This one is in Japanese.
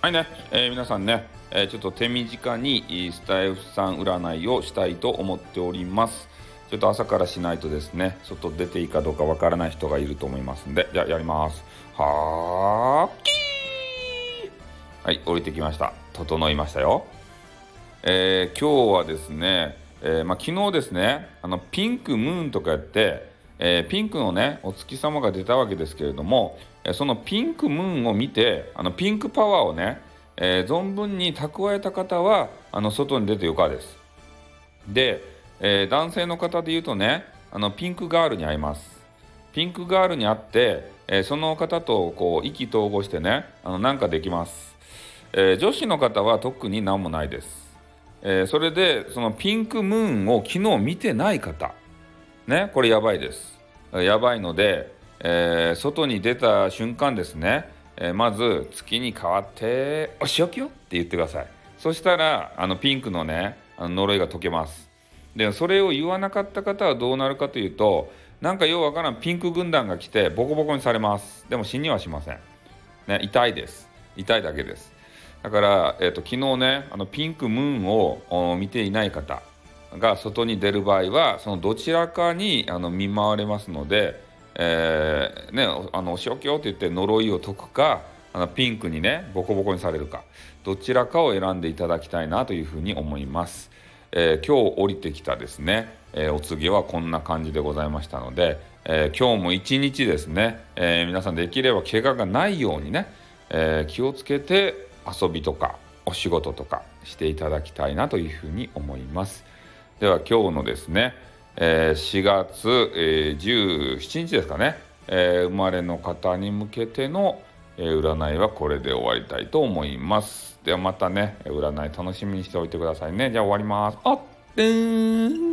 はいね、皆さんね、ちょっと手短にスタイフさん占いをしたいと思っております。ちょっと朝からしないとですね、外出ていいかどうかわからない人がいると思いますんで、じゃあやります。はーきー。はい、降りてきました。整いましたよ。今日はですね、昨日ですね、ピンクムーンとかやって、ピンクのね、お月様が出たわけですけれども、そのピンクムーンを見て、ピンクパワーをね、存分に蓄えた方は、外に出てよかです。で、男性の方で言うとね、ピンクガールに会います。ピンクガールに会って、その方とこう意気投合してね、なんかできます。女子の方は特に何もないです。それでそのピンクムーンを昨日見てない方ね、これやばいです。やばいので、外に出た瞬間ですね、まず月に変わってお仕置きよって言ってください。そしたらピンクのね呪いが解けます。でそれを言わなかった方はどうなるかというと、なんかようわからんピンク軍団が来てボコボコにされます。でも死にはしません。ね、痛いです。痛いだけです。だから、昨日ねピンクムーンを見ていない方が外に出る場合はそのどちらかに見舞われますので、お仕置きよって言って呪いを解くかピンクにねボコボコにされるか、どちらかを選んでいただきたいなというふうに思います。今日降りてきたですね、お告げはこんな感じでございましたので、今日も一日ですね、皆さんできれば怪我がないようにね、気をつけて遊びとかお仕事とかしていただきたいなというふうに思います。では今日のですね、4月、17日ですかね、生まれの方に向けての、占いはこれで終わりたいと思います。ではまたね、占い楽しみにしておいてくださいね。じゃあ終わります。あってーん。